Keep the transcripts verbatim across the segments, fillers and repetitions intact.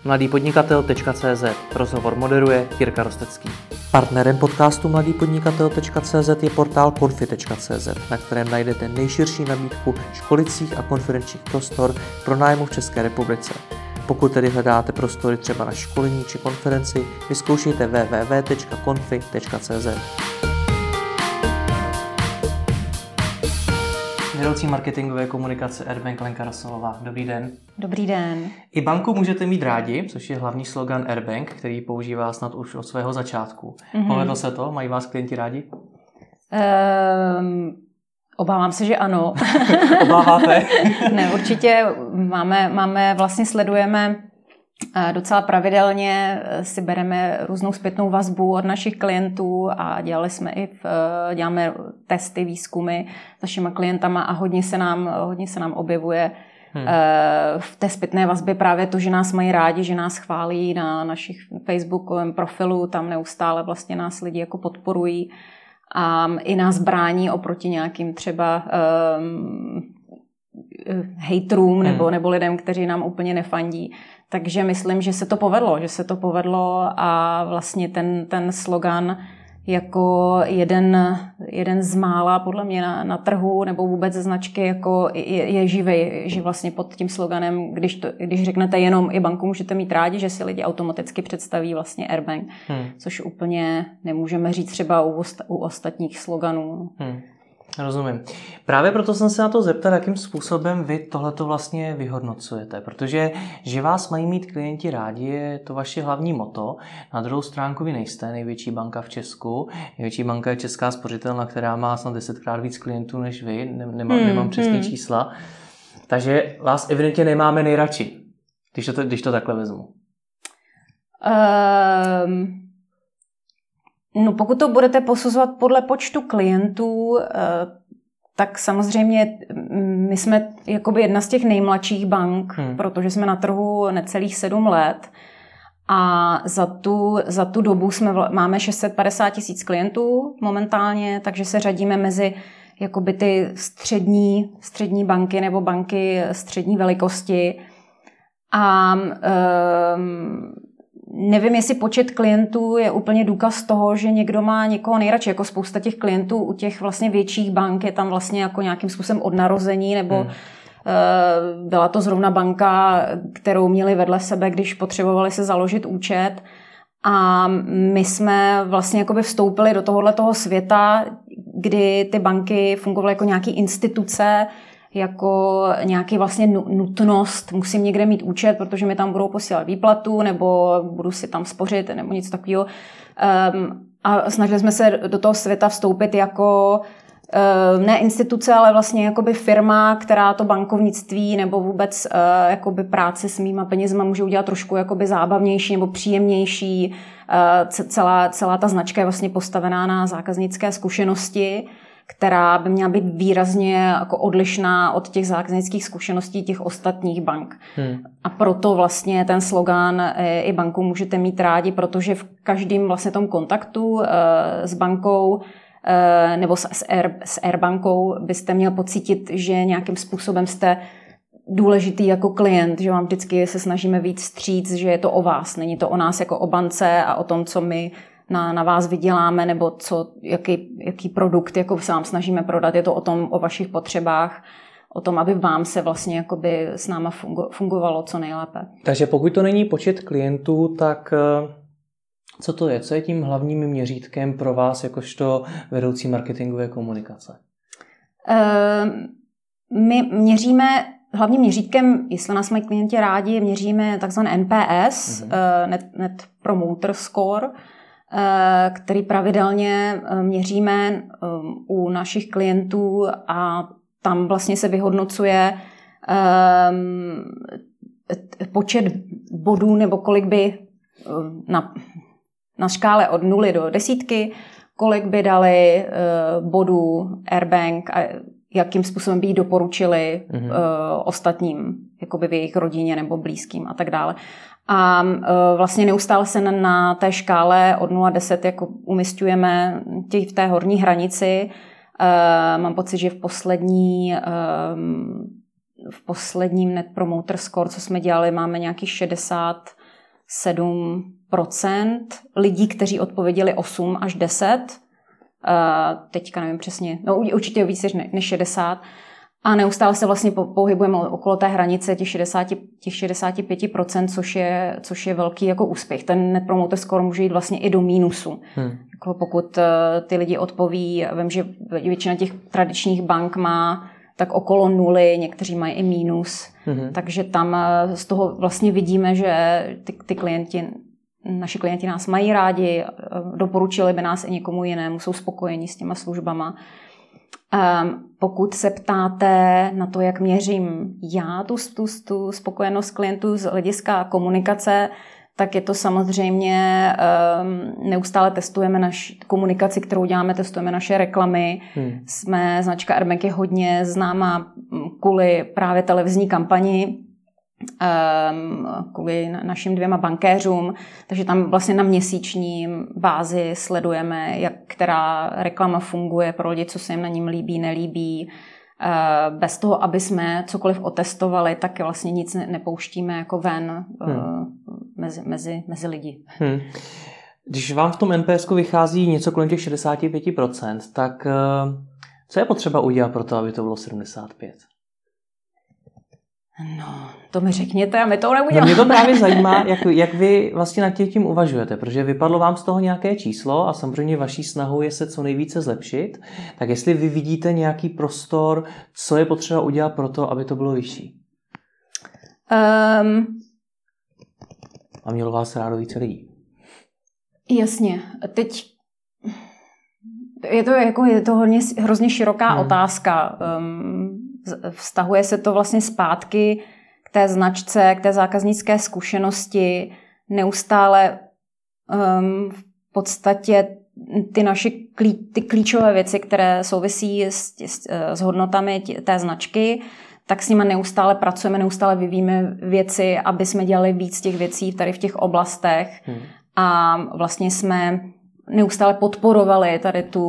mladý podnikatel tečka cé zet. Rozhovor moderuje Jirka Rostecký. Partnerem podcastu mladý podnikatel tečka cé zet je portál konfi tečka cé zet, na kterém najdete nejširší nabídku školicích a konferenčních prostor pro nájmu v České republice. Pokud tedy hledáte prostory třeba na školení či konferenci, vyzkoušejte w w w tečka konfi tečka cé zet. Vedoucí marketingové komunikace Airbank Lenka Rosolová. Dobrý den. Dobrý den. I banku můžete mít rádi, což je hlavní slogan Airbank, který používá snad už od svého začátku. Mm-hmm. Povedlo se to? Mají vás klienti rádi? Um, obávám se, že ano. Obáváte? Ne, určitě máme, máme, vlastně sledujeme docela pravidelně, si bereme různou zpětnou vazbu od našich klientů a dělali jsme i v, děláme testy, výzkumy s našimi klientama a hodně se nám, hodně se nám objevuje hmm. v té zpětné vazbě právě to, že nás mají rádi, že nás chválí na našich facebookovém profilu, tam neustále vlastně nás lidi jako podporují a i nás brání oproti nějakým třeba um, hejtrům nebo, hmm. nebo lidem, kteří nám úplně nefandí. Takže myslím, že se to povedlo, že se to povedlo a vlastně ten, ten slogan jako jeden, jeden z mála podle mě na, na trhu nebo vůbec značky jako je, je živý, že vlastně pod tím sloganem, když, to, když řeknete jenom i banku můžete mít rádi, že si lidi automaticky představí vlastně Airbank, hmm. což úplně nemůžeme říct třeba u, osta, u ostatních sloganů. Hmm. Rozumím. Právě proto jsem se na to zeptal, jakým způsobem vy tohleto vlastně vyhodnocujete, protože že vás mají mít klienti rádi, je to vaše hlavní motto. Na druhou stránku vy nejste největší banka v Česku. Největší banka je Česká spořitelna, která má snad desetkrát víc klientů než vy, nemám, hmm, nemám přesné hmm. čísla. Takže vás evidentně nemáme nejradši, když to, když to takhle vezmu. Um... No, pokud to budete posuzovat podle počtu klientů, tak samozřejmě my jsme jakoby jedna z těch nejmladších bank, hmm. protože jsme na trhu necelých sedm let a za tu, za tu dobu jsme, máme šest set padesát tisíc klientů momentálně, takže se řadíme mezi jakoby ty střední, střední banky nebo banky střední velikosti a um, nevím, jestli počet klientů je úplně důkaz toho, že někdo má někoho nejradši. Jako spousta těch klientů u těch vlastně větších bank je tam vlastně jako nějakým způsobem od narození, nebo hmm. uh, byla to zrovna banka, kterou měli vedle sebe, když potřebovali se založit účet. A my jsme vlastně jakoby vstoupili do tohohle toho světa, kdy ty banky fungovaly jako nějaký instituce, jako nějaký vlastně nutnost, musím někde mít účet, protože mi tam budou posílat výplatu, nebo budu si tam spořit, nebo něco takového. Um, a snažili jsme se do toho světa vstoupit jako uh, ne instituce, ale vlastně jakoby firma, která to bankovnictví nebo vůbec uh, jakoby práci s mýma penězma může udělat trošku jakoby zábavnější nebo příjemnější. Uh, celá, celá ta značka je vlastně postavená na zákaznické zkušenosti, která by měla být výrazně jako odlišná od těch zákaznických zkušeností těch ostatních bank. Hmm. A proto vlastně ten slogan i banku můžete mít rádi, protože v každém vlastně tom kontaktu s bankou nebo s, Air, s Airbankou byste měl pocítit, že nějakým způsobem jste důležitý jako klient, že vám vždycky se snažíme víc vstříc, že je to o vás, není to o nás jako o bance a o tom, co my Na, na vás vyděláme, nebo co, jaký, jaký produkt jako se vám snažíme prodat. Je to o tom, o vašich potřebách, o tom, aby vám se vlastně jakoby s náma fungo, fungovalo co nejlépe. Takže pokud to není počet klientů, tak co to je? Co je tím hlavním měřítkem pro vás, jakožto vedoucí marketingové komunikace? Uh, my měříme, hlavním měřítkem, jestli nás mají klienti rádi, měříme takzvané N P S, mm-hmm. uh, Net, Net Promoter Score, který pravidelně měříme u našich klientů a tam vlastně se vyhodnocuje počet bodů nebo kolik by na, na škále od nuly do desítky, kolik by dali bodů Airbank a jakým způsobem by ji doporučili mm-hmm. ostatním, jakoby v jejich rodině nebo blízkým a tak dále. A vlastně neustále se na té škále od nula do deseti jako umísťujeme v té horní hranici. Mám pocit, že v poslední v posledním Net Promoter Score, co jsme dělali, máme nějakých šedesát sedm procent lidí, kteří odpověděli osm až deset. Teďka nevím přesně, no určitě víc než šedesát. A neustále se vlastně pohybujeme okolo té hranice těch, šedesát, těch šedesát pět procent, což je, což je velký jako úspěch. Ten Net Promoter Score může jít vlastně i do mínusu. Hmm. Jako pokud ty lidi odpoví, vím, že většina těch tradičních bank má tak okolo nuly, někteří mají i mínus. Hmm. Takže tam z toho vlastně vidíme, že ty, ty klienti, naši klienti nás mají rádi, doporučili by nás i někomu jinému, jsou spokojení s těma službama. Um, pokud se ptáte na to, jak měřím já tu, tu, tu spokojenost klientů z hlediska komunikace, tak je to samozřejmě, um, neustále testujeme naši komunikaci, kterou děláme, testujeme naše reklamy. Hmm. Jsme, značka Airbank je hodně známá kvůli právě televizní kampani, um, kvůli našim dvěma bankéřům, takže tam vlastně na měsíční bázi sledujeme, jak která reklama funguje pro lidi, co se jim na ním líbí, nelíbí. Uh, bez toho, aby jsme cokoliv otestovali, tak vlastně nic nepouštíme jako ven hmm. uh, mezi, mezi, mezi lidi. Hmm. Když vám v tom N P S ku vychází něco kolem těch šedesát pět procent, tak uh, co je potřeba udělat pro to, aby to bylo sedmdesát pět procent? No, to mi řekněte a my to neuděláme. No, mě to právě zajímá, jak, jak vy vlastně nad tím uvažujete, protože vypadlo vám z toho nějaké číslo a samozřejmě vaší snahou je se co nejvíce zlepšit, tak jestli vy vidíte nějaký prostor, co je potřeba udělat pro to, aby to bylo vyšší? Um, a mělo vás rádo více lidí. Jasně. Teď je to, jako, je to hodně, hrozně široká hmm. otázka. Um, Vztahuje se to vlastně zpátky k té značce, k té zákaznické zkušenosti. Neustále um, v podstatě ty naše klí, ty klíčové věci, které souvisí s, s, s hodnotami tě, té značky, tak s nimi neustále pracujeme, neustále vyvíjíme věci, aby jsme dělali víc těch věcí tady v těch oblastech. Hmm. A vlastně jsme neustále podporovali tady tu...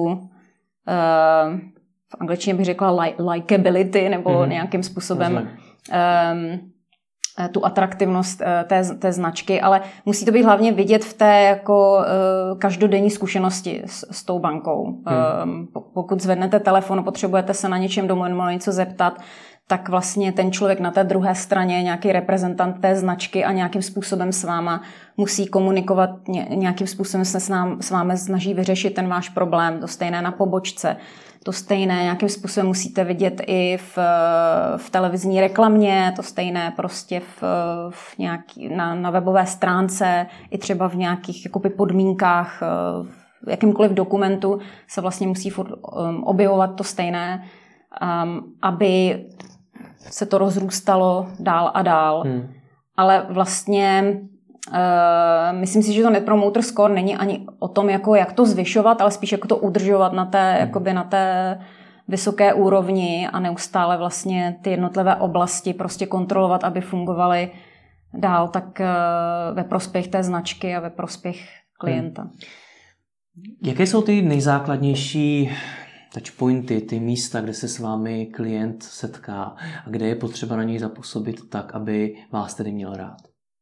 Uh, v angličtině bych řekla likability, nebo mm-hmm. nějakým způsobem um, tu atraktivnost uh, té, té značky, ale musí to být hlavně vidět v té jako uh, každodenní zkušenosti s, s tou bankou. Mm. Um, pokud zvednete telefon, potřebujete se na něčem domů nebo něco zeptat, tak vlastně ten člověk na té druhé straně, nějaký reprezentant té značky a nějakým způsobem s váma musí komunikovat, nějakým způsobem se s, nám, s vámi snaží vyřešit ten váš problém, to stejné na pobočce. To stejné nějakým způsobem musíte vidět i v, v televizní reklamě, to stejné prostě v, v nějaký, na, na webové stránce, i třeba v nějakých jakoby podmínkách, v jakýmkoliv dokumentu se vlastně musí furt um, objevovat to stejné, um, aby se to rozrůstalo dál a dál. Hmm. Ale vlastně Uh, myslím si, že to Net Promoter Score není ani o tom, jako jak to zvyšovat, ale spíš jako to udržovat na té, jakoby na té vysoké úrovni a neustále vlastně ty jednotlivé oblasti prostě kontrolovat, aby fungovaly dál tak uh, ve prospěch té značky a ve prospěch klienta. Hmm. Jaké jsou ty nejzákladnější touchpointy, ty místa, kde se s vámi klient setká a kde je potřeba na něj zapůsobit tak, aby vás tedy měl rád?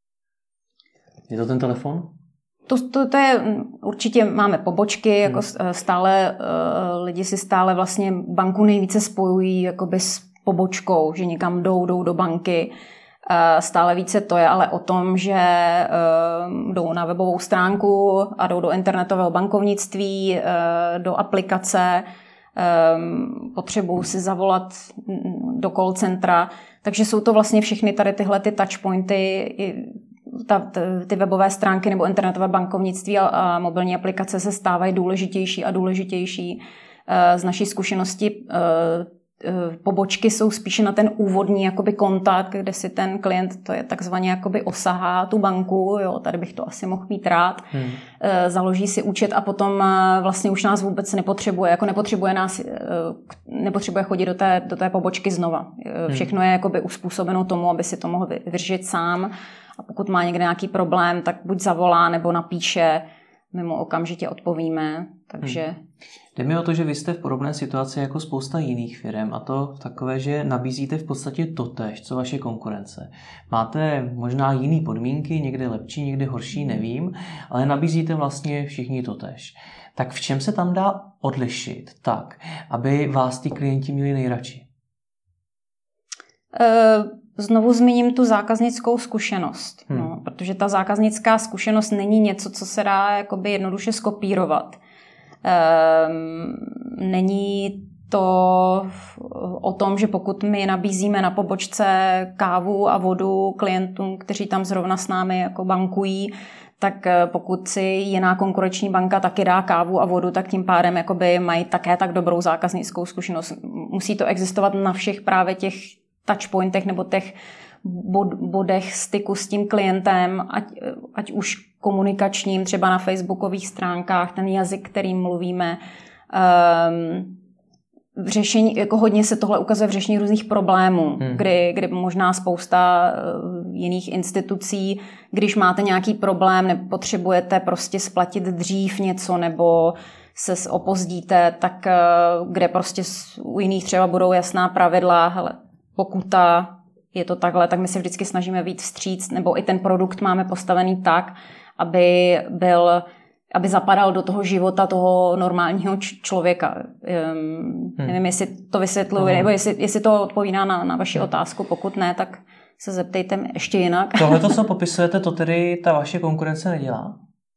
Je to ten telefon? To, to, to je, určitě máme pobočky, hmm. jako stále uh, lidi si stále vlastně banku nejvíce spojují jakoby s pobočkou, že někam jdou, jdou do banky. Uh, stále více to je ale o tom, že uh, jdou na webovou stránku a jdou do internetového bankovnictví, uh, do aplikace, um, potřebují si zavolat do call centra. Takže jsou to vlastně všechny tady tyhle ty touchpointy, Ta, ty webové stránky nebo internetové bankovnictví a, a mobilní aplikace se stávají důležitější a důležitější. Z naší zkušenosti pobočky jsou spíše na ten úvodní jakoby kontakt, kde si ten klient, to je takzvaně jakoby osahá tu banku, jo, tady bych to asi mohl mít rád, hmm. založí si účet a potom vlastně už nás vůbec nepotřebuje, jako nepotřebuje nás, nepotřebuje chodit do té, do té pobočky znova. Všechno je jakoby uspůsobeno tomu, aby si to mohl vyřešit sám. A pokud má někde nějaký problém, tak buď zavolá nebo napíše my mu okamžitě odpovíme, takže... Hmm. Jde mi o to, že vy jste v podobné situaci jako spousta jiných firm a to takové, že nabízíte v podstatě totéž, co vaše konkurence. Máte možná jiné podmínky, někde lepší, někde horší, nevím, ale nabízíte vlastně všichni totéž. Tak v čem se tam dá odlišit tak, aby vás ty klienti měli nejradši? Znovu zmíním tu zákaznickou zkušenost, hmm. no, protože ta zákaznická zkušenost není něco, co se dá jakoby jednoduše skopírovat. Um, není to o tom, že pokud my nabízíme na pobočce kávu a vodu klientům, kteří tam zrovna s námi jako bankují, tak pokud si jiná konkurenční banka taky dá kávu a vodu, tak tím pádem jakoby mají také tak dobrou zákaznickou zkušenost. Musí to existovat na všech právě těch touchpointech nebo těch bodech styku s tím klientem, ať, ať už komunikačním, třeba na facebookových stránkách, ten jazyk, kterým mluvíme. Um, v řešení, jako hodně se tohle ukazuje v řešení různých problémů, hmm. kdy, kdy možná spousta jiných institucí, když máte nějaký problém, nebo potřebujete prostě splatit dřív něco, nebo se opozdíte, tak kde prostě u jiných třeba budou jasná pravidla, hele, pokuta, je to takhle, tak my se vždycky snažíme vyjít vstříc, nebo i ten produkt máme postavený tak, aby byl, aby zapadal do toho života toho normálního č- člověka. Um, hmm. Nevím, jestli to vysvětluji, nebo jestli, jestli to odpovídá na, na vaši hmm. otázku. Pokud ne, tak se zeptejte ještě jinak. Tohle, co popisujete, to tedy ta vaše konkurence nedělá?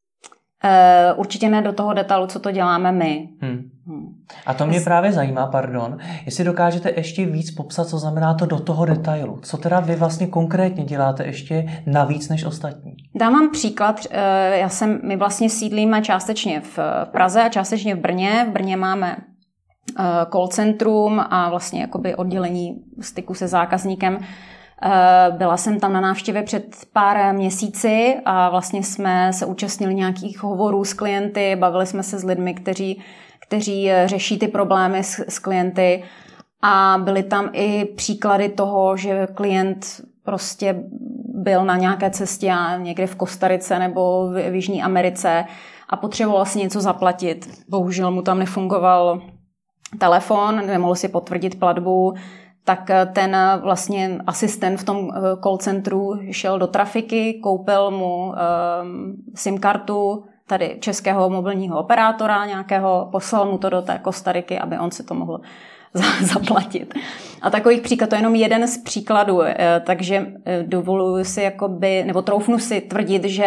Uh, určitě ne do toho detailu, co to děláme my. Hmm. Hmm. A to mě Jsi... právě zajímá, pardon, jestli dokážete ještě víc popsat, co znamená to do toho detailu. Co teda vy vlastně konkrétně děláte ještě navíc než ostatní? Dám vám příklad. Já jsem, my vlastně sídlíme částečně v Praze a částečně v Brně. V Brně máme call centrum a vlastně jakoby oddělení styku se zákazníkem. Byla jsem tam na návštěvě před pár měsíci a vlastně jsme se účastnili nějakých hovorů s klienty, bavili jsme se s lidmi, kteří, kteří řeší ty problémy s, s klienty a byly tam i příklady toho, že klient prostě byl na nějaké cestě někde v Kostarice nebo v, v Jižní Americe a potřeboval si něco zaplatit. Bohužel mu tam nefungoval telefon, nemohl si potvrdit platbu, tak ten vlastně asistent v tom call centru šel do trafiky, koupil mu um, SIM kartu tady českého mobilního operátora nějakého, poslal mu to do té Kostariky, aby on si to mohl zaplatit. A takových příkladů, to je jenom jeden z příkladů, takže dovoluji si jakoby, nebo troufnu si tvrdit, že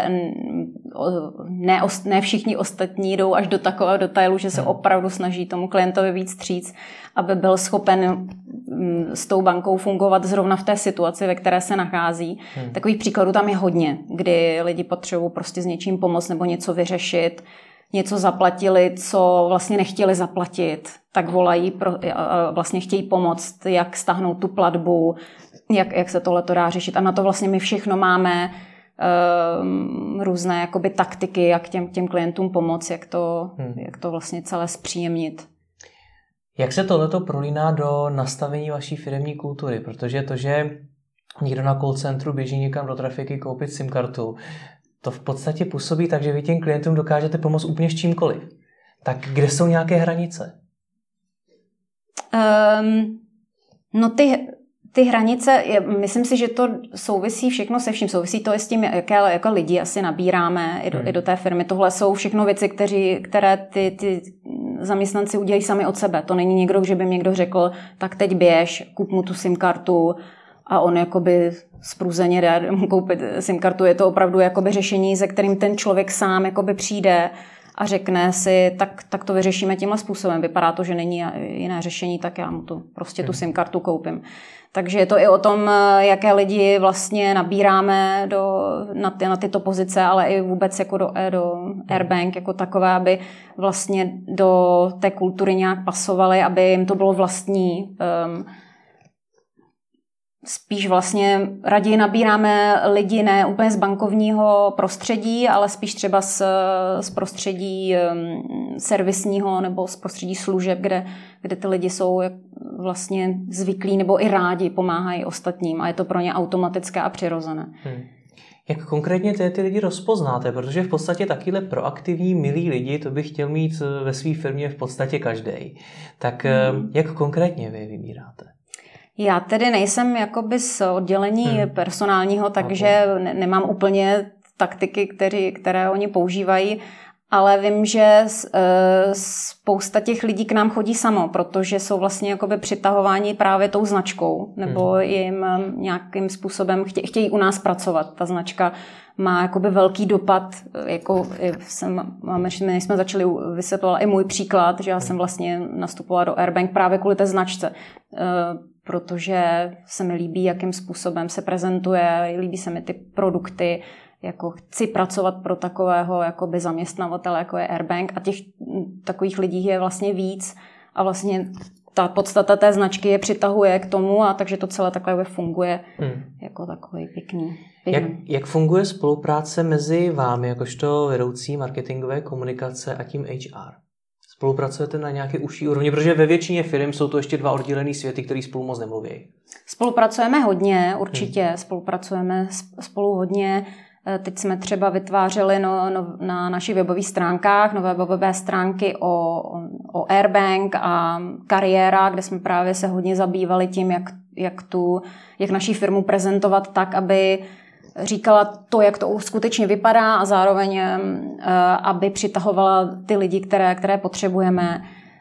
ne, ne všichni ostatní jdou až do takového detailu, že se opravdu snaží tomu klientovi víc vstříc, aby byl schopen s tou bankou fungovat zrovna v té situaci, ve které se nachází. Hmm. Takových příkladů tam je hodně, kdy lidi potřebují prostě s něčím pomoct nebo něco vyřešit, něco zaplatili, co vlastně nechtěli zaplatit, tak volají, pro, vlastně chtějí pomoct, jak stáhnout tu platbu, jak, jak se tohle to dá řešit. A na to vlastně my všechno máme um, různé jakoby taktiky, jak těm, těm klientům pomoct, jak to, hmm. jak to vlastně celé zpříjemnit. Jak se tohleto prolíná do nastavení vaší firemní kultury? Protože to, že někdo na call centru běží někam do trafiky koupit SIM kartu, to v podstatě působí tak, že vy těm klientům dokážete pomoct úplně s čímkoliv. Tak kde jsou nějaké hranice? Um, no ty, ty hranice, myslím si, že to souvisí všechno se vším. Souvisí to i s tím, jaké jako lidi asi nabíráme i do, hmm. i do té firmy. Tohle jsou všechno věci, kteří, které ty, ty zaměstnanci udělají sami od sebe. To není někdo, že by mi někdo řekl, tak teď běž, kup mu tu SIM kartu a on jakoby spruzeně jde mu koupit SIM kartu. Je to opravdu jakoby řešení, ze kterým ten člověk sám jakoby přijde a řekne si, tak, tak to vyřešíme tímhle způsobem. Vypadá to, že není jiné řešení, tak já mu tu, prostě tu SIM kartu koupím. Takže je to i o tom, jaké lidi vlastně nabíráme do, na, ty, na tyto pozice, ale i vůbec jako do, do Airbank jako takové, aby vlastně do té kultury nějak pasovali, aby jim to bylo vlastní. Um, Spíš vlastně raději nabíráme lidi ne úplně z bankovního prostředí, ale spíš třeba z, z prostředí um, servisního nebo z prostředí služeb, kde, kde ty lidi jsou vlastně zvyklí nebo i rádi pomáhají ostatním a je to pro ně automatické a přirozené. Hmm. Jak konkrétně ty, ty lidi rozpoznáte? Protože v podstatě takovýhle proaktivní, milí lidi, to bych chtěl mít ve své firmě v podstatě každý. Tak hmm. jak konkrétně vy vybíráte? Já tedy nejsem jakoby z oddělení hmm. personálního, takže okay. nemám úplně taktiky, které, které oni používají, ale vím, že spousta těch lidí k nám chodí samo, protože jsou vlastně jakoby přitahováni právě tou značkou, nebo hmm. jim nějakým způsobem chtějí, chtějí u nás pracovat. Ta značka má jakoby velký dopad, jako jsem, my jsme začali vysvětlovat i můj příklad, že já jsem vlastně nastupovala do Airbank právě kvůli té značce, protože se mi líbí, jakým způsobem se prezentuje, líbí se mi ty produkty, jako chci pracovat pro takového jakoby zaměstnavatele, jako je Airbank, a těch takových lidí je vlastně víc a vlastně ta podstata té značky je přitahuje k tomu, a takže to celé takhle funguje hmm. jako takový pěkný. Jak, jak funguje spolupráce mezi vámi, jakožto vedoucí marketingové komunikace, a tím H R? Spolupracujete na nějaké užší úrovni, protože ve většině firm jsou to ještě dva oddělené světy, které spolu moc nemluví. Spolupracujeme hodně, určitě. Hmm. Spolupracujeme spolu hodně. Teď jsme třeba vytvářeli no, no, na našich webových stránkách nové webové stránky o, o Airbank a kariéra, kde jsme právě se hodně zabývali tím, jak, jak, tu, jak naši firmu prezentovat tak, aby říkala to, jak to skutečně vypadá, a zároveň, aby přitahovala ty lidi, které, které potřebujeme.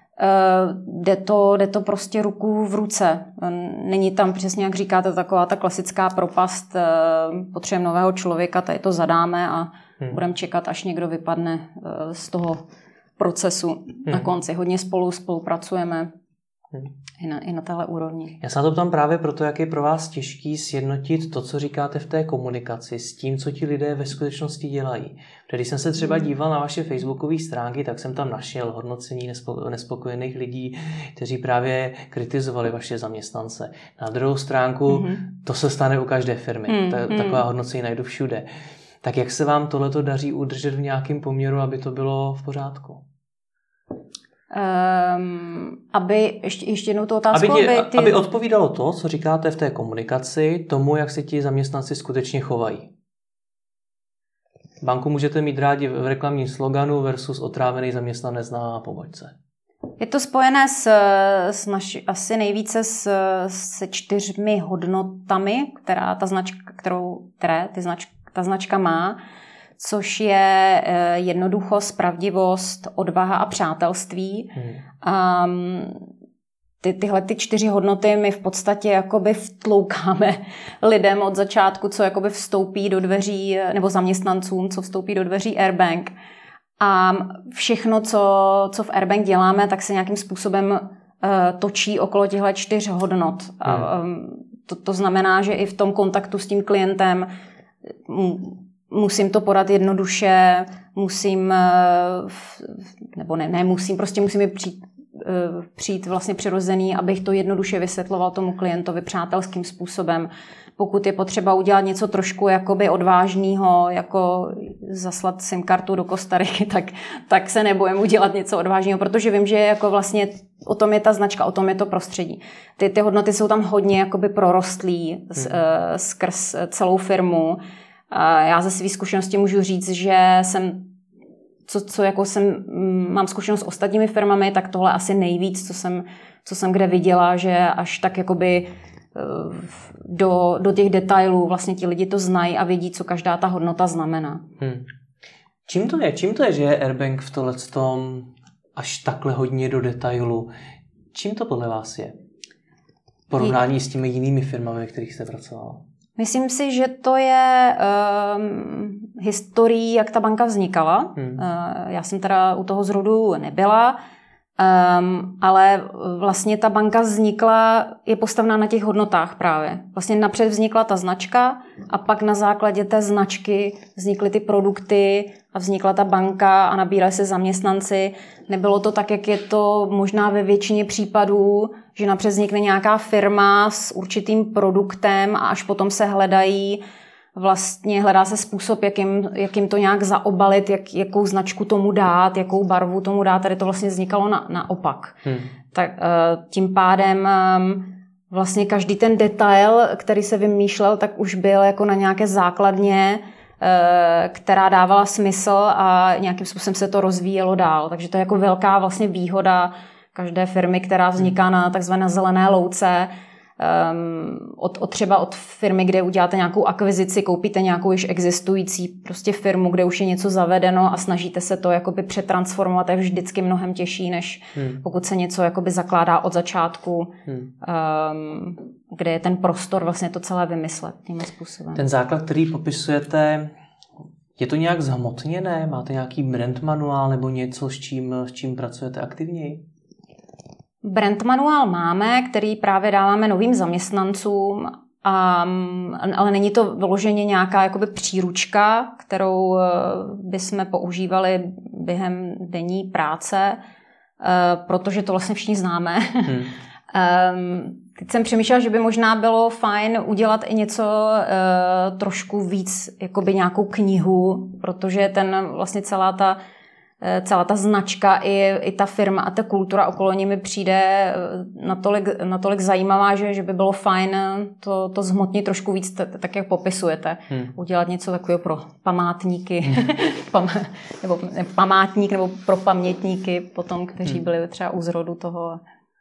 Jde to, jde to prostě ruku v ruce. Není tam přesně, jak říkáte, taková ta klasická propast, potřebujeme nového člověka, tady to zadáme a hmm. budeme čekat, až někdo vypadne z toho procesu hmm. na konci. Hodně spolu spolupracujeme hmm. i na, i na téhle úrovni. Já se na to ptám právě proto, jak je pro vás těžký sjednotit to, co říkáte v té komunikaci, s tím, co ti lidé ve skutečnosti dělají. Když jsem se třeba díval na vaše facebookové stránky, tak jsem tam našel hodnocení nespokojených lidí, kteří právě kritizovali vaše zaměstnance. Na druhou stránku mm-hmm. to se stane u každé firmy. Mm, Ta, mm. Taková hodnocení najdu všude. Tak jak se vám tohleto daří udržet v nějakém poměru, aby to bylo v pořádku? Um, aby, ještě, ještě jednou tu otázku, aby, tě, aby, ty... aby odpovídalo to, co říkáte v té komunikaci, tomu, jak se ti zaměstnanci skutečně chovají. Banku můžete mít rádi v reklamním sloganu versus otrávený zaměstnanec na pobočce. Je to spojené s, s naši, asi nejvíce s, se čtyřmi hodnotami, která ta značka, kterou, které ty značka, ta značka má, což je jednoduchost, pravdivost, odvaha a přátelství. Hmm. Um, ty, tyhle ty čtyři hodnoty my v podstatě jakoby vtloukáme lidem od začátku, co jakoby vstoupí do dveří, nebo zaměstnancům, co vstoupí do dveří Airbank. A všechno, co, co v Airbank děláme, tak se nějakým způsobem uh, točí okolo těchto čtyř hodnot. Hmm. A, um, to, to znamená, že i v tom kontaktu s tím klientem m, musím to podat jednoduše, musím, nebo ne, ne musím, prostě musím přijít, přijít vlastně přirozený, abych to jednoduše vysvětloval tomu klientovi přátelským způsobem. Pokud je potřeba udělat něco trošku jakoby odvážného, jako zaslat SIM kartu do Kostariky, tak, tak se nebojím udělat něco odvážného, protože vím, že jako vlastně o tom je ta značka, o tom je to prostředí. Ty, ty hodnoty jsou tam hodně jakoby prorostlý hmm. skrz celou firmu. Já ze své zkušenosti můžu říct, že jsem, co, co jako jsem, mám zkušenost s ostatními firmami, tak tohle asi nejvíc, co jsem, co jsem kde viděla, že až tak jakoby do, do těch detailů vlastně ti lidi to znají a vědí, co každá ta hodnota znamená. Hmm. Čím to je? Čím to je, že je Airbank v tohletom až takhle hodně do detailu? Čím to podle vás je? V porovnání s těmi jinými firmami, ve kterých jste pracovala? Myslím si, že to je um, historií, jak ta banka vznikala. Hmm. Uh, já jsem teda u toho zrodu nebyla, um, ale vlastně ta banka vznikla, je postavena na těch hodnotách právě. Vlastně napřed vznikla ta značka a pak na základě té značky vznikly ty produkty a vznikla ta banka a nabírali se zaměstnanci. Nebylo to tak, jak je to možná ve většině případů, že napřed vznikne nějaká firma s určitým produktem a až potom se hledají, vlastně hledá se způsob, jakým, jakým to nějak zaobalit, jak, jakou značku tomu dát, jakou barvu tomu dát. Tady to vlastně vznikalo na, naopak. Hmm. Tak tím pádem vlastně každý ten detail, který se vymýšlel, tak už byl jako na nějaké základně která dávala smysl a nějakým způsobem se to rozvíjelo dál. Takže to je jako velká vlastně výhoda každé firmy, která vzniká na takzvané zelené louce. Um, od, od třeba od firmy, kde uděláte nějakou akvizici, koupíte nějakou již existující prostě firmu, kde už je něco zavedeno a snažíte se to jakoby přetransformovat, je vždycky mnohem těžší, než hmm. pokud se něco jakoby zakládá od začátku, hmm. um, kde je ten prostor vlastně to celé vymyslet tím způsobem. Ten základ, který popisujete, je to nějak zhmotněné? Máte nějaký brand manuál nebo něco, s čím, s čím pracujete aktivněji? Brand manuál máme, který právě dáváme novým zaměstnancům, a, ale není to vyloženě nějaká jakoby příručka, kterou bychom používali během denní práce, protože to vlastně všichni známe. Hmm. Teď jsem přemýšlela, že by možná bylo fajn udělat i něco trošku víc, jakoby nějakou knihu, protože ten vlastně celá ta celá ta značka i, i ta firma a ta kultura okolo ní mi přijde natolik, natolik zajímavá, že, že by bylo fajn to, to zhmotnit trošku víc, t- tak jak popisujete. Hmm. Udělat něco takového pro památníky, hmm. Pam, nebo ne, památník, nebo pro pamětníky potom, kteří byli třeba u zrodu toho.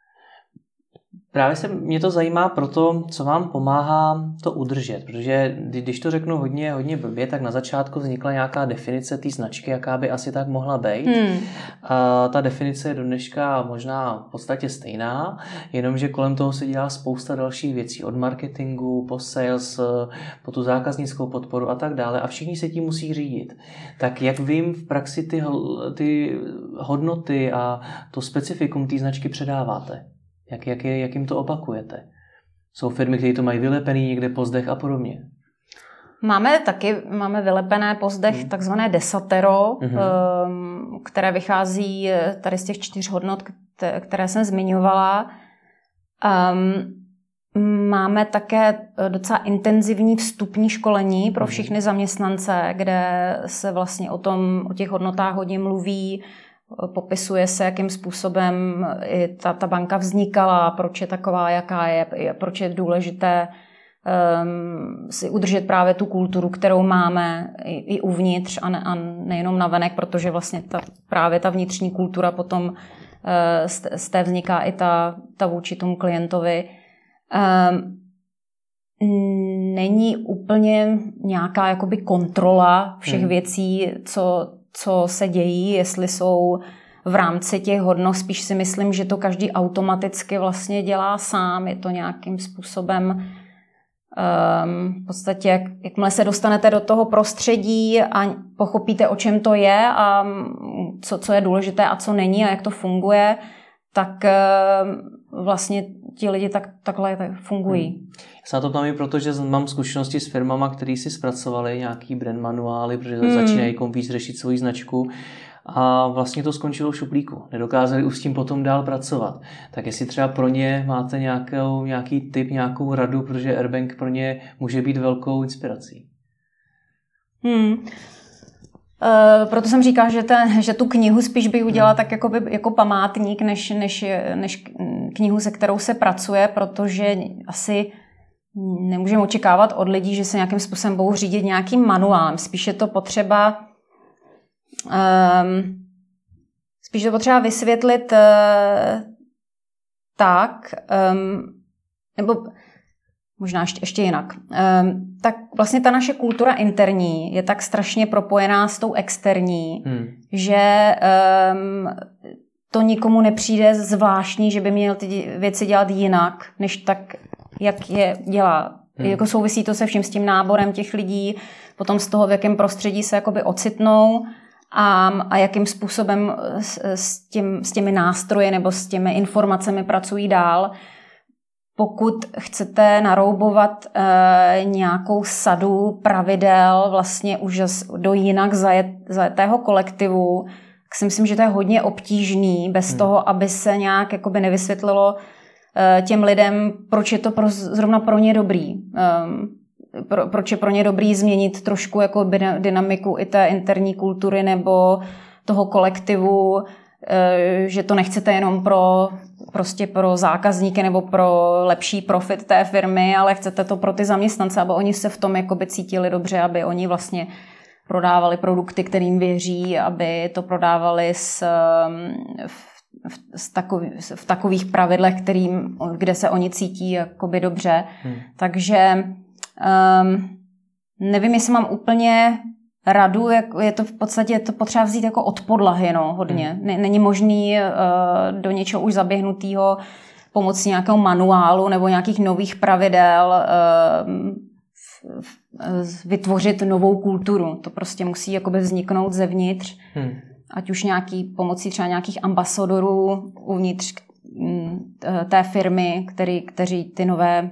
Právě se mě to zajímá proto, co vám pomáhá to udržet, protože když to řeknu hodně, hodně blbě, tak na začátku vznikla nějaká definice té značky, jaká by asi tak mohla být. Hmm. A ta definice je do dneška možná v podstatě stejná, jenomže kolem toho se dělá spousta dalších věcí, od marketingu, po sales, po tu zákaznickou podporu a tak dále a všichni se tím musí řídit. Tak jak vy jim v praxi ty, ty hodnoty a to specifikum té značky předáváte? Jak, jak, je, jak jim to opakujete? Jsou firmy, které to mají vylepený někde po zdech a podobně? Máme taky máme vylepené po zdech hmm. takzvané desatero, hmm. které vychází tady z těch čtyř hodnot, které jsem zmiňovala. Máme také docela intenzivní vstupní školení pro všechny zaměstnance, kde se vlastně o tom, o těch hodnotách hodně mluví. Popisuje se, jakým způsobem i ta, ta banka vznikala, proč je taková, jaká je, proč je důležité um, si udržet právě tu kulturu, kterou máme i, i uvnitř a, ne, a nejenom navenek, protože vlastně ta, právě ta vnitřní kultura potom uh, z, z té vzniká i ta, ta vůči tomu klientovi. Um, není úplně nějaká jakoby kontrola všech hmm. věcí, co co se dějí, jestli jsou v rámci těch hodnot. Spíš si myslím, že to každý automaticky vlastně dělá sám. Je to nějakým způsobem um, v podstatě, jak, jakmile se dostanete do toho prostředí a pochopíte, o čem to je a co, co je důležité a co není a jak to funguje, tak um, vlastně ti lidi tak, takhle tak fungují. Hmm. Já se na to ptám i proto, že mám zkušenosti s firmama, které si zpracovali nějaký brand manuály, protože hmm. začínají víc řešit svoji značku a vlastně to skončilo v šuplíku. Nedokázali už s tím potom dál pracovat. Tak jestli třeba pro ně máte nějakou, nějaký tip, nějakou radu, protože Airbank pro ně může být velkou inspirací. Hmm. Uh, proto jsem říkala, že, ten, že tu knihu spíš bych udělala hmm. tak jako, by, jako památník, než, než, než knihu, se kterou se pracuje, protože asi nemůžeme očekávat od lidí, že se nějakým způsobem budou řídit nějakým manuálem. Spíš je to potřeba um, spíš je to potřeba vysvětlit uh, tak, um, nebo možná ještě, ještě jinak. Um, tak vlastně ta naše kultura interní je tak strašně propojená s tou externí, hmm. že um, to nikomu nepřijde zvláštní, že by měl ty věci dělat jinak, než tak, jak je dělá. Hmm. Jako souvisí to se vším s tím náborem těch lidí, potom z toho, v jakém prostředí se jakoby ocitnou a, a jakým způsobem s, s, tím, s těmi nástroji nebo s těmi informacemi pracují dál. Pokud chcete naroubovat e, nějakou sadu pravidel vlastně už do jinak zajet, zajetého kolektivu, tak si myslím, že to je hodně obtížný, bez hmm. toho, aby se nějak jakoby nevysvětlilo e, těm lidem, proč je to pro, zrovna pro ně dobrý. E, pro, proč je pro ně dobrý změnit trošku jako dynamiku i té interní kultury nebo toho kolektivu, e, že to nechcete jenom pro... prostě pro zákazníky nebo pro lepší profit té firmy, ale chcete to pro ty zaměstnance, aby oni se v tom jakoby cítili dobře, aby oni vlastně prodávali produkty, kterým věří, aby to prodávali s, v, v, takový, v takových pravidlech, kterým, kde se oni cítí jakoby dobře. Hmm. Takže um, nevím, jestli mám úplně radu, jak je to v podstatě je to potřeba vzít jako od podlahy, no, hodně. Hmm. Není možný uh, do něčeho už zaběhnutého pomocí nějakého manuálu nebo nějakých nových pravidel uh, vytvořit novou kulturu. To prostě musí jakoby vzniknout zevnitř. Hmm. Ať už nějaký pomocí třeba nějakých ambasadorů uvnitř té firmy, který, kteří ty nové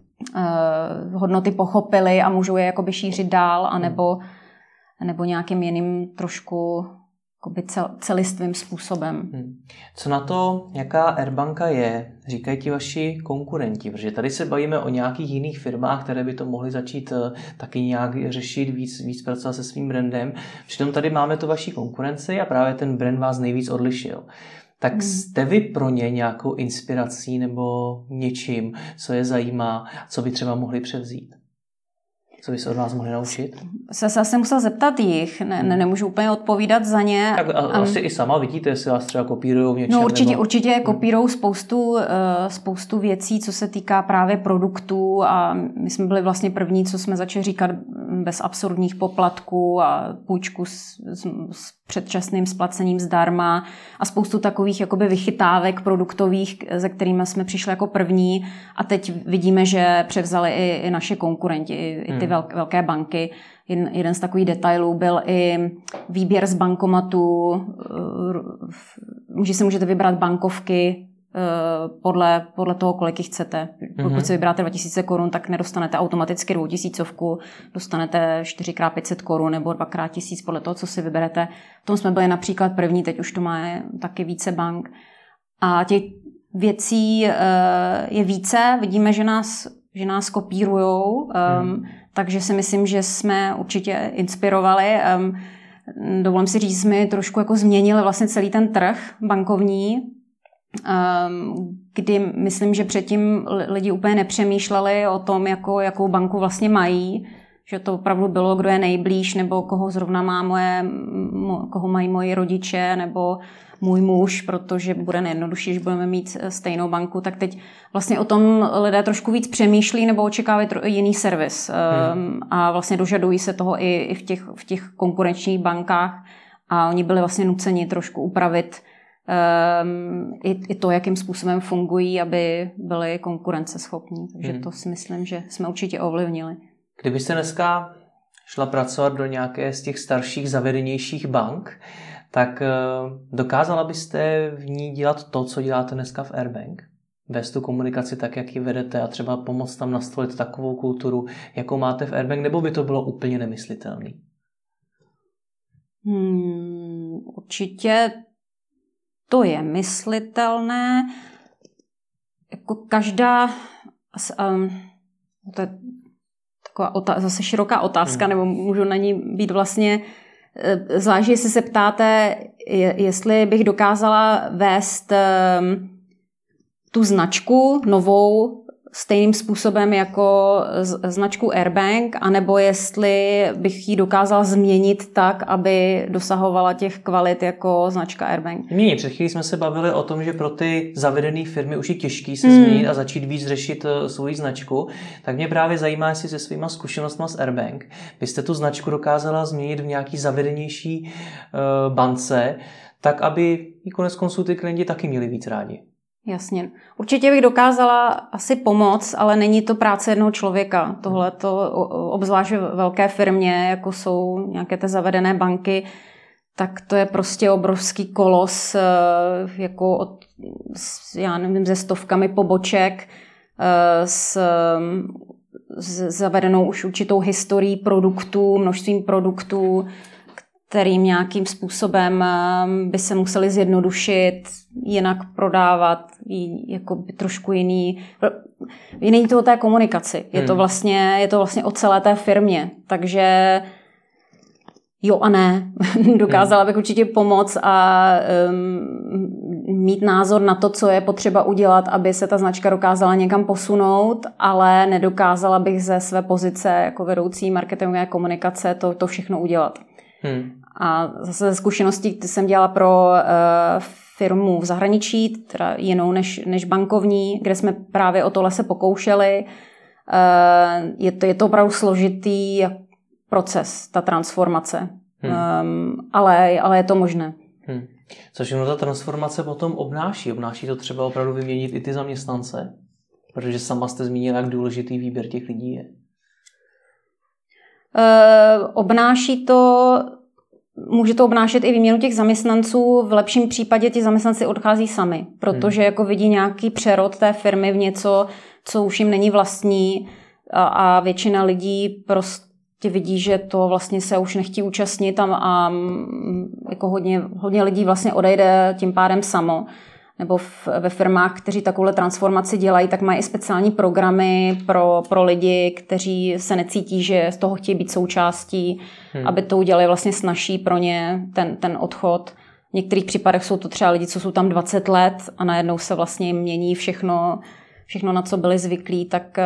uh, hodnoty pochopili a můžou je jakoby šířit dál, anebo, hmm. nebo nějakým jiným trošku cel, celistvým způsobem. Hmm. Co na to, jaká Airbanka je, říkají ti vaši konkurenti, protože tady se bavíme o nějakých jiných firmách, které by to mohly začít taky nějak řešit, víc, víc pracovat se svým brandem. Přitom tady máme to vaší konkurenci a právě ten brand vás nejvíc odlišil. Tak hmm. jste vy pro ně nějakou inspirací nebo něčím, co je zajímá, co by třeba mohli převzít? Co by se od vás mohli naučit? Se zase musel zeptat jich, ne, ne, nemůžu úplně odpovídat za ně. Tak a, asi um, i sama vidíte, jestli vás třeba kopírujou v něčem. No určitě, nebo... určitě kopírujou spoustu, uh, spoustu věcí, co se týká právě produktů a my jsme byli vlastně první, co jsme začali říkat bez absurdních poplatků a půjčku s, s, s předčasným splacením zdarma a spoustu takových jakoby vychytávek produktových, se kterými jsme přišli jako první a teď vidíme, že převzali i, i naše konkurenti, i, i ty hmm. velké, velké banky. Jeden, jeden z takových detailů byl i výběr z bankomatu. Může si můžete vybrat bankovky podle, podle toho, kolik jich chcete. Pokud mm-hmm. si vybráte dva tisíce korun, tak nedostanete automaticky dvoutisícovku, dostanete čtyři krát pět set korun nebo dva krát tisíc podle toho, co si vyberete. V tom jsme byli například první, teď už to má taky více bank. A těch věcí je více, vidíme, že nás, že nás kopírujou, mm. takže si myslím, že jsme určitě inspirovali. Dovolím si říct, jsme trošku jako změnili vlastně celý ten trh bankovní, kdy myslím, že předtím lidi úplně nepřemýšleli o tom, jako, jakou banku vlastně mají, že to opravdu bylo, kdo je nejblíž, nebo koho zrovna má moje, koho mají moji rodiče, nebo můj muž, protože bude nejjednodušší, že budeme mít stejnou banku, tak teď vlastně o tom lidé trošku víc přemýšlí nebo očekávají jiný servis hmm. a vlastně dožadují se toho i, i v, těch, v těch konkurenčních bankách a oni byli vlastně nuceni trošku upravit Um, i, i to, jakým způsobem fungují, aby byli konkurenceschopní. Takže hmm. to si myslím, že jsme určitě ovlivnili. Kdybyste dneska šla pracovat do nějaké z těch starších, zavedenějších bank, tak uh, dokázala byste v ní dělat to, co děláte dneska v Airbank? Vést tu komunikaci tak, jak ji vedete a třeba pomoct tam nastolit takovou kulturu, jakou máte v Airbank, nebo by to bylo úplně nemyslitelné? Hmm, určitě to je myslitelné. Jako každá, um, to je taková otá- zase široká otázka, hmm. nebo můžu na ní být vlastně, zvlášť jestli se ptáte, jestli bych dokázala vést um, tu značku novou stejným způsobem jako značku Airbank, anebo jestli bych ji dokázala změnit tak, aby dosahovala těch kvalit jako značka Airbank. Mění. Před chvílí jsme se bavili o tom, že pro ty zavedené firmy už je těžký se hmm. změnit a začít víc řešit svoji značku. Tak mě právě zajímá, jestli se svýma zkušenostma s Airbank byste tu značku dokázala změnit v nějaký zavedenější uh, bance, tak aby ji konec konců ty klienti taky měli víc rádi. Jasně. Určitě bych dokázala asi pomoct, ale není to práce jednoho člověka. Tohle to obzvlášť ve velké firmě, jako jsou nějaké ty zavedené banky, tak to je prostě obrovský kolos, jako od, já nevím, se stovkami poboček, s, s zavedenou už určitou historií produktů, množstvím produktů, kterým nějakým způsobem by se museli zjednodušit, jinak prodávat, jako by trošku jiný. Není to o té komunikaci, je to vlastně, je to vlastně o celé té firmě, takže jo a ne. Dokázala bych určitě pomoct a um, mít názor na to, co je potřeba udělat, aby se ta značka dokázala někam posunout, ale nedokázala bych ze své pozice jako vedoucí marketingové komunikace to, to všechno udělat. Hmm. A zase ze zkušeností, které jsem dělala pro uh, firmu v zahraničí, teda jinou než, než bankovní, kde jsme právě o tohle se pokoušeli. Uh, je, to, je to opravdu složitý proces, ta transformace. Hmm. Um, ale, ale je to možné. Hmm. Co všechno ta transformace potom obnáší? Obnáší to třeba opravdu vyměnit i ty zaměstnance? Protože sama jste zmínila, jak důležitý výběr těch lidí je. Uh, obnáší to, může to obnášet i výměnu těch zaměstnanců. V lepším případě ti zaměstnanci odchází sami, protože hmm. jako vidí nějaký přerod té firmy v něco, co už jim není vlastní a, a většina lidí prostě vidí, že to vlastně se už nechtí účastnit a, a jako hodně, hodně lidí vlastně odejde tím pádem samo. Nebo v, ve firmách, kteří takovouhle transformaci dělají, tak mají i speciální programy pro, pro lidi, kteří se necítí, že z toho chtějí být součástí, hmm. aby to udělali vlastně snazší pro ně ten, ten odchod. V některých případech jsou to třeba lidi, co jsou tam dvacet let a najednou se vlastně jim mění všechno, všechno, na co byli zvyklí, tak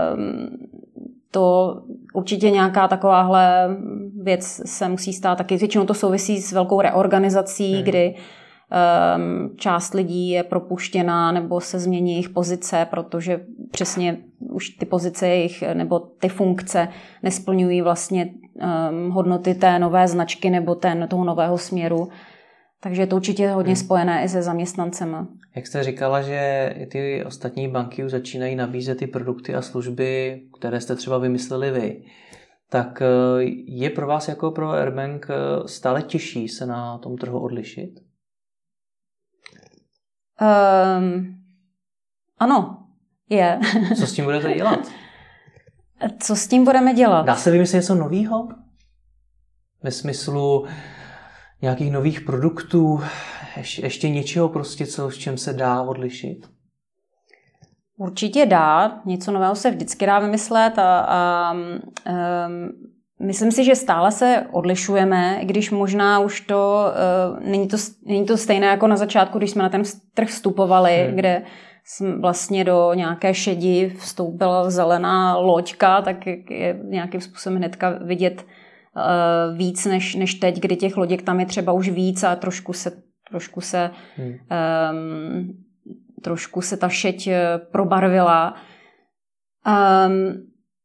to určitě nějaká takováhle věc se musí stát taky. Většinou to souvisí s velkou reorganizací, hmm. kdy um, část lidí je propuštěna nebo se změní jejich pozice, protože přesně už ty pozice jejich nebo ty funkce nesplňují vlastně um, hodnoty té nové značky nebo ten, toho nového směru. Takže je to určitě hodně hmm. spojené i se zaměstnancema. Jak jste říkala, že i ty ostatní banky už začínají nabízet ty produkty a služby, které jste třeba vymysleli vy, tak je pro vás jako pro Airbank stále těžší se na tom trhu odlišit? Um, ano, je. Co s tím budete dělat? Co s tím budeme dělat? Dá se vymyslet něco novýho? Ve smyslu nějakých nových produktů, ještě něčeho prostě, co, v čem se dá odlišit? Určitě dá. Něco nového se vždycky dá vymyslet a, a um, myslím si, že stále se odlišujeme, i když možná už to, uh, není to není to stejné jako na začátku, když jsme na ten trh vstupovali, hmm. kde vlastně do nějaké šedi vstoupila zelená loďka, tak je nějakým způsobem hnedka vidět uh, víc než, než teď, kdy těch loděk tam je třeba už víc a trošku se, trošku se, hmm. um, trošku se ta šeď probarvila. Um,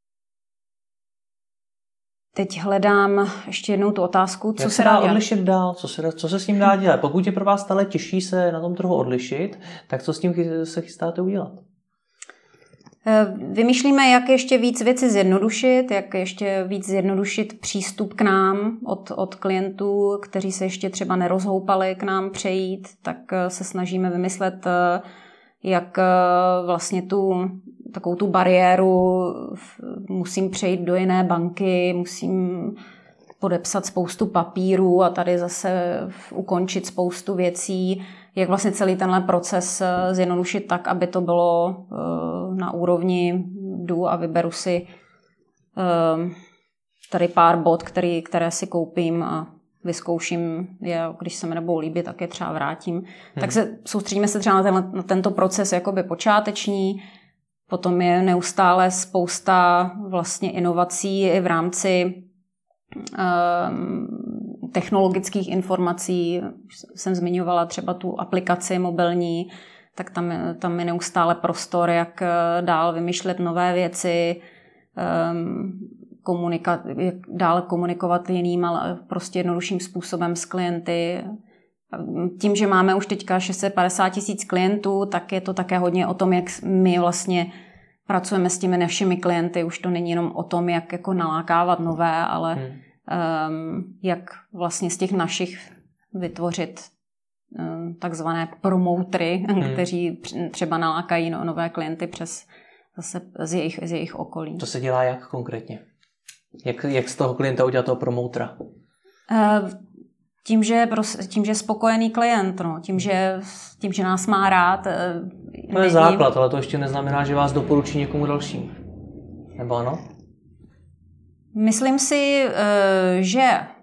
teď hledám ještě jednou tu otázku, co Jak se, se dá odlišit dál, co se, co se s tím dá dělat. Pokud je pro vás stále těžší se na tom trhu odlišit, tak co s tím se chystáte udělat? Vymýšlíme, jak ještě víc věci zjednodušit, jak ještě víc zjednodušit přístup k nám od, od klientů, kteří se ještě třeba nerozhoupali k nám přejít, tak se snažíme vymyslet, jak vlastně tu takovou tu bariéru musím přejít do jiné banky, musím podepsat spoustu papírů a tady zase ukončit spoustu věcí, jak vlastně celý tenhle proces zjednodušit tak, aby to bylo na úrovni jdu a vyberu si tady pár bod, který, které si koupím a vyzkouším je, když se mi nebudou líbit, tak je třeba vrátím. Hmm. Tak se soustředíme se třeba na, tenhle, na tento proces jakoby počáteční, potom je neustále spousta vlastně inovací i v rámci um, technologických informací. Jsem zmiňovala třeba tu aplikaci mobilní, tak tam, tam je neustále prostor, jak dál vymýšlet nové věci, um, komunika- jak dál komunikovat jiným, ale prostě jednodušším způsobem s klienty. Tím, že máme už teďka šest set padesát tisíc klientů, tak je to také hodně o tom, jak my vlastně pracujeme s těmi našimi klienty. Už to není jenom o tom, jak jako nalákávat nové, ale hmm. um, jak vlastně z těch našich vytvořit um, takzvané promotry, hmm. kteří třeba nalákají no, nové klienty přes zase z jejich, z jejich okolí. To se dělá jak konkrétně? Jak, jak z toho klienta udělat toho promotora? Uh, Tím, že, tím, že je spokojený klient, no. tím, že, tím, že nás má rád. To je základ, ale to ještě neznamená, že vás doporučí někomu dalšímu. Nebo ano? Myslím si, že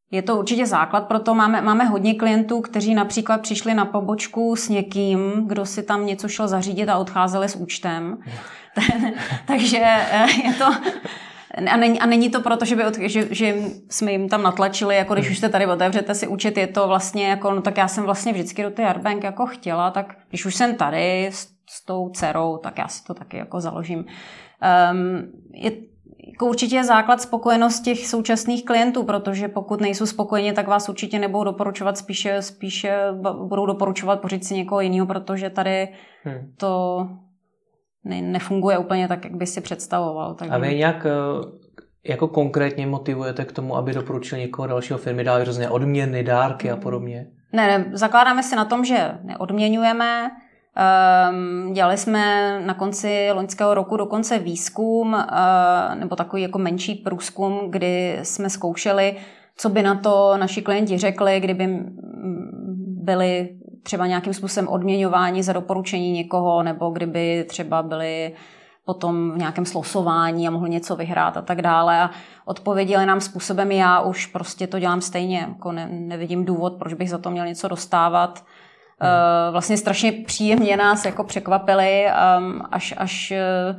Je to určitě základ, proto máme, máme hodně klientů, kteří například přišli na pobočku s někým, kdo si tam něco šel zařídit a odcházeli s účtem. Takže je to... A není, a není to proto, že, by od, že, že jsme jim tam natlačili, jako když už jste tady otevřete si účet, je to vlastně jako, no tak já jsem vlastně vždycky do té Airbank jako chtěla, tak když už jsem tady s, s tou dcerou, tak já si to taky jako založím. Um, je jako určitě základ spokojenost těch současných klientů, protože pokud nejsou spokojeni, tak vás určitě nebudou doporučovat, spíše, spíše budou doporučovat pořiď si někoho jiného, protože tady hmm. to ne, nefunguje úplně tak, jak by si představoval. Takže... A vy nějak jako konkrétně motivujete k tomu, aby doporučil někoho dalšího firmy, dali různé odměny, dárky a podobně? Ne, ne, zakládáme si na tom, že neodměňujeme. Um, dělali jsme na konci loňského roku dokonce výzkum, uh, nebo takový jako menší průzkum, kdy jsme zkoušeli, co by na to naši klienti řekli, kdyby byli třeba nějakým způsobem odměňováni za doporučení někoho, nebo kdyby třeba byli potom v nějakém slosování a mohli něco vyhrát a tak dále. A odpověděli nám způsobem, já už prostě to dělám stejně, jako ne, nevidím důvod, proč bych za to měl něco dostávat. Hmm. Uh, vlastně strašně příjemně nás jako překvapili, um, až, až uh,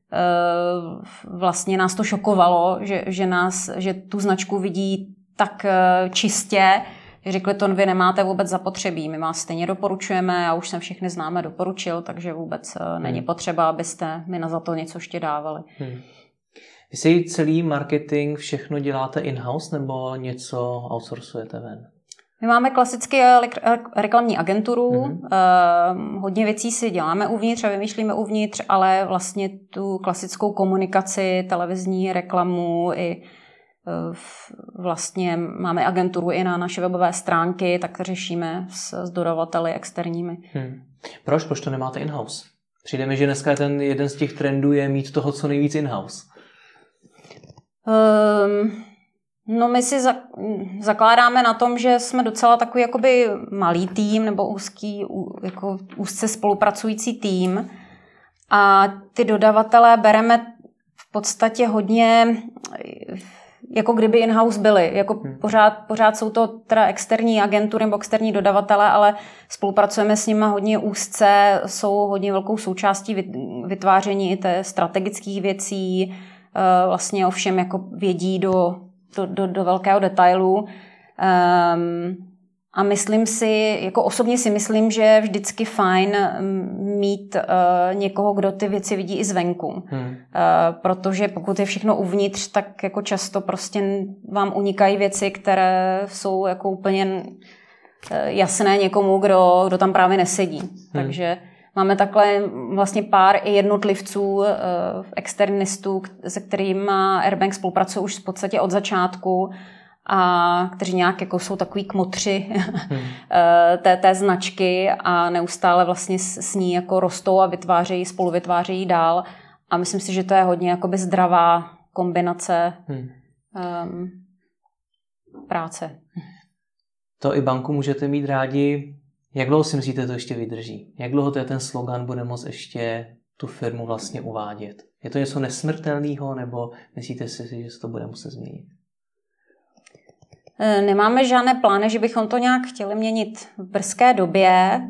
uh, vlastně nás to šokovalo, že, že, nás, že tu značku vidí tak uh, čistě, že řekli, to vy nemáte vůbec zapotřebí, my vás stejně doporučujeme, já už jsem všechny známe doporučil, takže vůbec uh, není hmm. potřeba, abyste mi na za to něco ještě dávali. Hmm. Vy si celý marketing všechno děláte in-house nebo něco outsourcujete ven? My máme klasicky reklamní agenturu, mm-hmm. hodně věcí si děláme uvnitř a vymýšlíme uvnitř, ale vlastně tu klasickou komunikaci, televizní reklamu i vlastně máme agenturu i na naše webové stránky, tak řešíme s, s dodavateli externími. Hmm. Proč? Proč to nemáte in-house? Přijde mi, že dneska ten jeden z těch trendů je mít toho co nejvíc in-house. Um, No my si za, zakládáme na tom, že jsme docela takový jakoby malý tým nebo úzký, jako úzce spolupracující tým a ty dodavatelé bereme v podstatě hodně, jako kdyby in-house byli. Jako hmm. pořád, pořád jsou to teda externí agentury nebo externí dodavatelé, ale spolupracujeme s nimi hodně úzce, jsou hodně velkou součástí vytváření i té strategických věcí, vlastně ovšem jako vědí do Do, do, do velkého detailu. Um, a myslím si, jako osobně si myslím, že je vždycky fajn mít uh, někoho, kdo ty věci vidí i zvenku. Hmm. Uh, protože pokud je všechno uvnitř, tak jako často prostě vám unikají věci, které jsou jako úplně uh, jasné někomu, kdo, kdo tam právě nesedí. Hmm. Takže máme takhle vlastně pár i jednotlivců, uh, externistů, se kterými Airbank spolupracuje už v podstatě od začátku a kteří nějak jako jsou takový kmotři hmm. té, té značky a neustále vlastně s, s ní jako rostou a vytvářejí, spolu vytvářejí dál. A myslím si, že to je hodně jakoby zdravá kombinace hmm. um, práce. To i banku můžete mít rádi. Jak dlouho si myslíte, to ještě vydrží? Jak dlouho ten slogan bude moct ještě tu firmu vlastně uvádět? Je to něco nesmrtelného, nebo myslíte si, že se to bude muset změnit? Nemáme žádné plány, že bychom to nějak chtěli měnit v brzké době.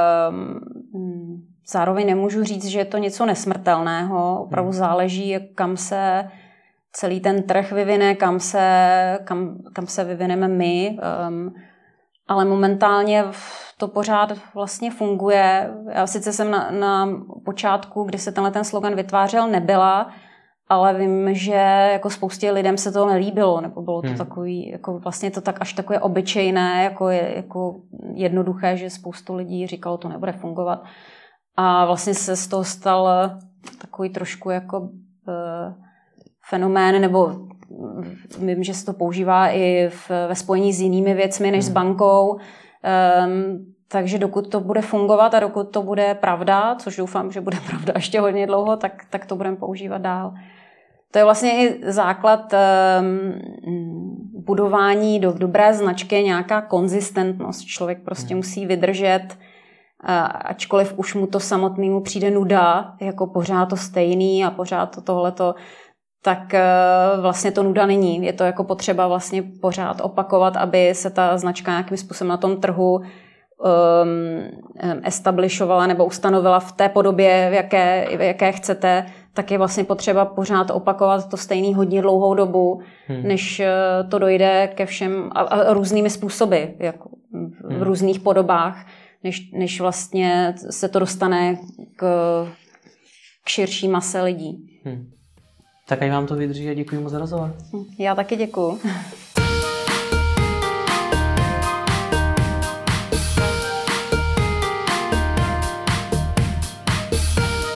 Zároveň nemůžu říct, že je to něco nesmrtelného. Opravdu záleží, kam se celý ten trh vyvine, kam se, kam, kam se vyvineme my. Ale momentálně to pořád vlastně funguje. Já sice jsem na, na počátku, kdy se tenhle ten slogan vytvářel, nebyla, ale vím, že jako spoustě lidem se to nelíbilo, nebo bylo to hmm. takový, jako vlastně to tak až takové obyčejné, jako, je, jako jednoduché, že spoustu lidí říkalo, to nebude fungovat. A vlastně se z toho stal takový trošku jako uh, fenomén, nebo vím, že se to používá i v, ve spojení s jinými věcmi než hmm. s bankou. Um, takže dokud to bude fungovat a dokud to bude pravda, což doufám, že bude pravda ještě hodně dlouho, tak, tak to budeme používat dál. To je vlastně i základ um, budování do dobré značky, nějaká konzistentnost. Člověk prostě hmm. musí vydržet, uh, ačkoliv už mu to samotnému přijde nuda, jako pořád to stejný a pořád to tohleto, tak vlastně to nuda není. Je to jako potřeba vlastně pořád opakovat, aby se ta značka nějakým způsobem na tom trhu um, establishovala nebo ustanovila v té podobě, v jaké, v jaké chcete, tak je vlastně potřeba pořád opakovat to stejný hodně dlouhou dobu, hmm. než to dojde ke všem a, a různými způsoby, jako v hmm. různých podobách, než, než vlastně se to dostane k, k širší mase lidí. Hmm. Tak ať vám to vydrží a děkuji moc za rozhovor. Já taky děkuju.